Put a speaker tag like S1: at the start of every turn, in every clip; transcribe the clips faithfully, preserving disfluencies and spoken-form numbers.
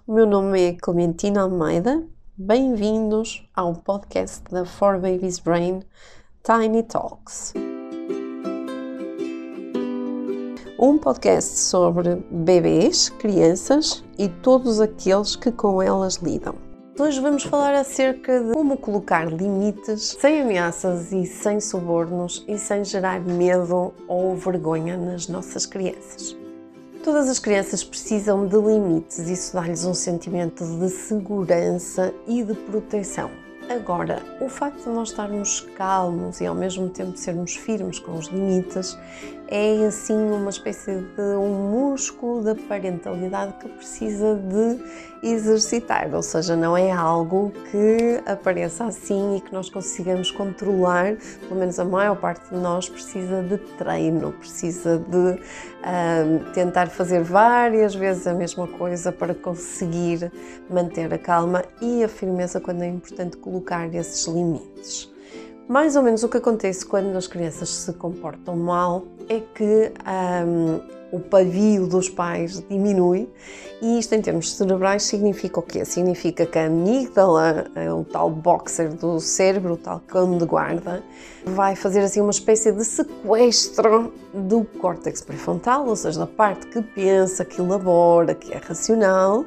S1: o meu nome é Clementina Almeida, bem-vindos ao podcast da For Babies Brain, Tiny Talks. Um podcast sobre bebês, crianças e todos aqueles que com elas lidam. Hoje vamos falar acerca de como colocar limites sem ameaças e sem subornos e sem gerar medo ou vergonha nas nossas crianças. Todas as crianças precisam de limites e isso dá-lhes um sentimento de segurança e de proteção. Agora, o facto de nós estarmos calmos e ao mesmo tempo sermos firmes com os limites é assim uma espécie de um músculo da parentalidade que precisa de exercitar, ou seja, não é algo que apareça assim e que nós consigamos controlar, pelo menos a maior parte de nós precisa de treino, precisa de uh, tentar fazer várias vezes a mesma coisa para conseguir manter a calma e a firmeza quando é importante colocar esses limites. Mais ou menos o que acontece quando as crianças se comportam mal é que um, o pavio dos pais diminui e isto em termos cerebrais significa o quê? Significa que a amígdala, o tal boxer do cérebro, o tal cão de guarda, vai fazer assim uma espécie de sequestro do córtex pré-frontal, ou seja, da parte que pensa, que elabora, que é racional,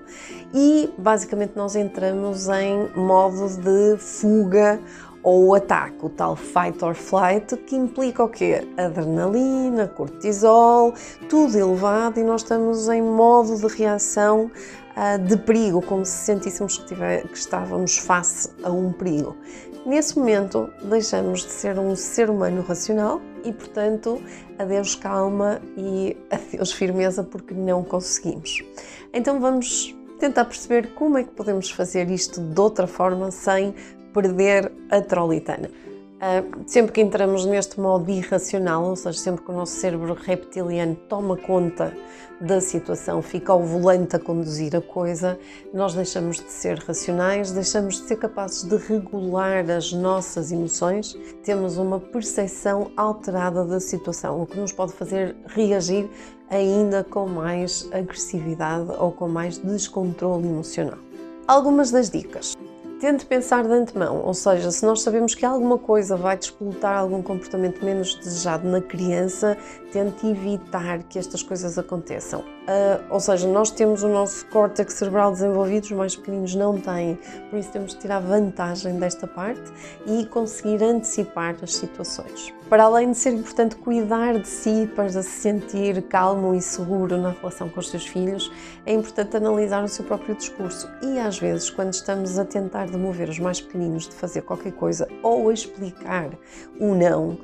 S1: e basicamente nós entramos em modo de fuga ou o ataque, o tal fight or flight, que implica o quê? Adrenalina, cortisol, tudo elevado e nós estamos em modo de reação uh, de perigo, como se sentíssemos que, tiver, que estávamos face a um perigo. Nesse momento, deixamos de ser um ser humano racional e, portanto, adeus calma e adeus firmeza, porque não conseguimos. Então vamos tentar perceber como é que podemos fazer isto de outra forma sem perder a trolitana. Uh, sempre que entramos neste modo irracional, ou seja, sempre que o nosso cérebro reptiliano toma conta da situação, fica ao volante a conduzir a coisa, nós deixamos de ser racionais, deixamos de ser capazes de regular as nossas emoções, temos uma percepção alterada da situação, o que nos pode fazer reagir ainda com mais agressividade ou com mais descontrole emocional. Algumas das dicas. Tente pensar de antemão, ou seja, se nós sabemos que alguma coisa vai despoltar algum comportamento menos desejado na criança, tente evitar que estas coisas aconteçam. Uh, ou seja, nós temos o nosso córtex cerebral desenvolvido, os mais pequeninos não têm, por isso temos de tirar vantagem desta parte e conseguir antecipar as situações. Para além de ser importante cuidar de si para se sentir calmo e seguro na relação com os seus filhos, é importante analisar o seu próprio discurso e às vezes quando estamos a tentar demover os mais pequeninos de fazer qualquer coisa ou a explicar o não,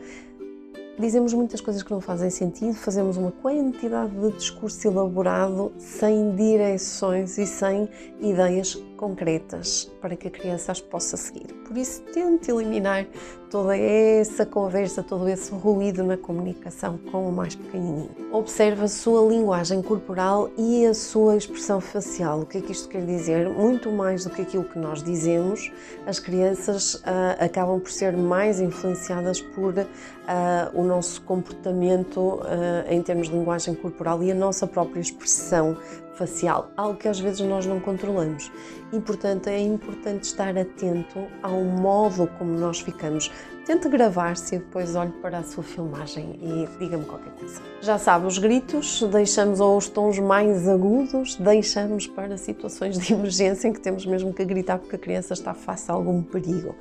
S1: dizemos muitas coisas que não fazem sentido, fazemos uma quantidade de discurso elaborado sem direções e sem ideias concretas para que a criança as possa seguir. Por isso, tente eliminar toda essa conversa, todo esse ruído na comunicação com o mais pequenininho. Observe a sua linguagem corporal e a sua expressão facial. O que é que isto quer dizer? Muito mais do que aquilo que nós dizemos, as crianças uh, acabam por ser mais influenciadas por uh, o nosso comportamento uh, em termos de linguagem corporal e a nossa própria expressão facial, algo que às vezes nós não controlamos e, portanto, é importante estar atento ao modo como nós ficamos. Tente gravar-se e depois olhe para a sua filmagem e diga-me qualquer coisa. Já sabe, os gritos deixamos, ou os tons mais agudos, deixamos para situações de emergência em que temos mesmo que gritar porque a criança está face a algum perigo.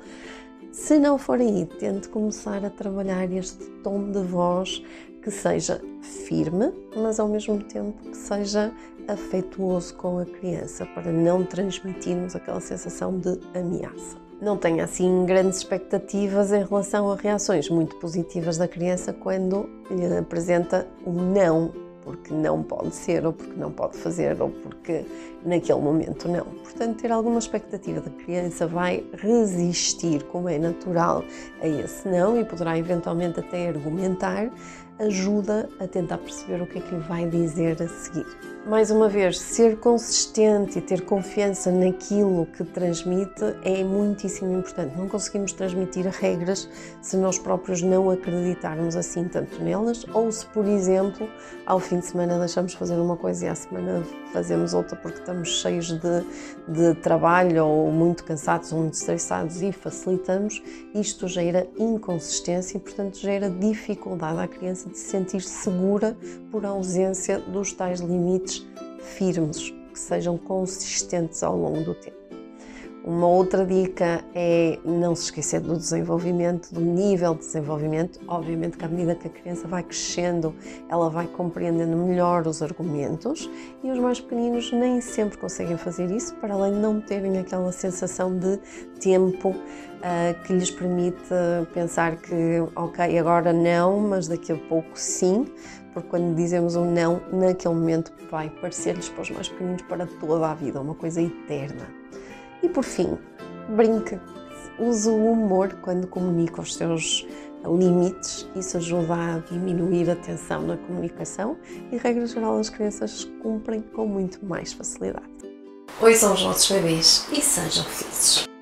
S1: Se não for aí, tente começar a trabalhar este tom de voz que seja firme, mas ao mesmo tempo que seja afetuoso com a criança, para não transmitirmos aquela sensação de ameaça. Não tenha assim grandes expectativas em relação a reações muito positivas da criança quando lhe apresenta um não, porque não pode ser, ou porque não pode fazer, ou porque naquele momento não. Portanto, ter alguma expectativa da criança vai resistir, como é natural, a esse não e poderá eventualmente até argumentar, ajuda a tentar perceber o que é que lhe vai dizer a seguir. Mais uma vez, ser consistente e ter confiança naquilo que transmite é muitíssimo importante. Não conseguimos transmitir regras se nós próprios não acreditarmos assim tanto nelas, ou se, por exemplo, ao fim de semana deixamos fazer uma coisa e à semana fazemos outra porque estamos cheios de, de trabalho ou muito cansados ou muito estressados e facilitamos. Isto gera inconsistência e, portanto, gera dificuldade à criança de se sentir segura por ausência dos tais limites firmes, que sejam consistentes ao longo do tempo. Uma outra dica é não se esquecer do desenvolvimento, do nível de desenvolvimento. Obviamente que à medida que a criança vai crescendo, ela vai compreendendo melhor os argumentos e os mais pequeninos nem sempre conseguem fazer isso, para além de não terem aquela sensação de tempo uh, que lhes permite pensar que, ok, agora não, mas daqui a pouco sim, porque quando dizemos um não, naquele momento vai parecer-lhes para os mais pequeninos para toda a vida, uma coisa eterna. E por fim, brinque, use o humor quando comunica os seus limites, isso ajuda a diminuir a tensão na comunicação e, regra geral, as crianças cumprem com muito mais facilidade. Ouçam os vossos bebês e sejam felizes.